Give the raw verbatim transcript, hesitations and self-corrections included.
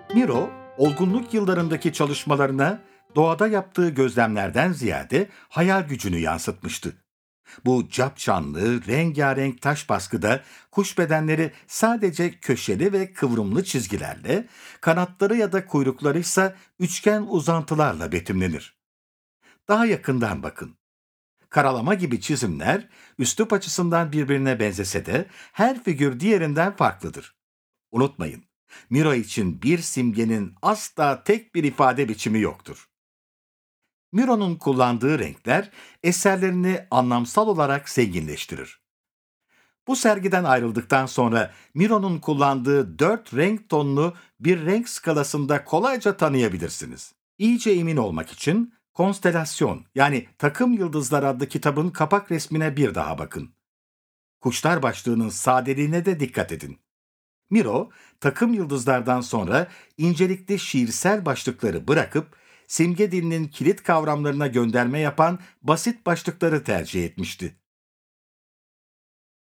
Miro, olgunluk yıllarındaki çalışmalarına doğada yaptığı gözlemlerden ziyade hayal gücünü yansıtmıştı. Bu capcanlı, rengarenk taş baskıda kuş bedenleri sadece köşeli ve kıvrımlı çizgilerle, kanatları ya da kuyrukları ise üçgen uzantılarla betimlenir. Daha yakından bakın. Karalama gibi çizimler üslup açısından birbirine benzese de her figür diğerinden farklıdır. Unutmayın, Miro için bir simgenin asla tek bir ifade biçimi yoktur. Miro'nun kullandığı renkler eserlerini anlamsal olarak zenginleştirir. Bu sergiden ayrıldıktan sonra Miro'nun kullandığı dört renk tonunu bir renk skalasında kolayca tanıyabilirsiniz. İyice emin olmak için Konstelasyon yani Takım Yıldızlar adlı kitabın kapak resmine bir daha bakın. Kuşlar başlığının sadeliğine de dikkat edin. Miro, takım yıldızlardan sonra incelikli şiirsel başlıkları bırakıp simge dilinin kilit kavramlarına gönderme yapan basit başlıkları tercih etmişti.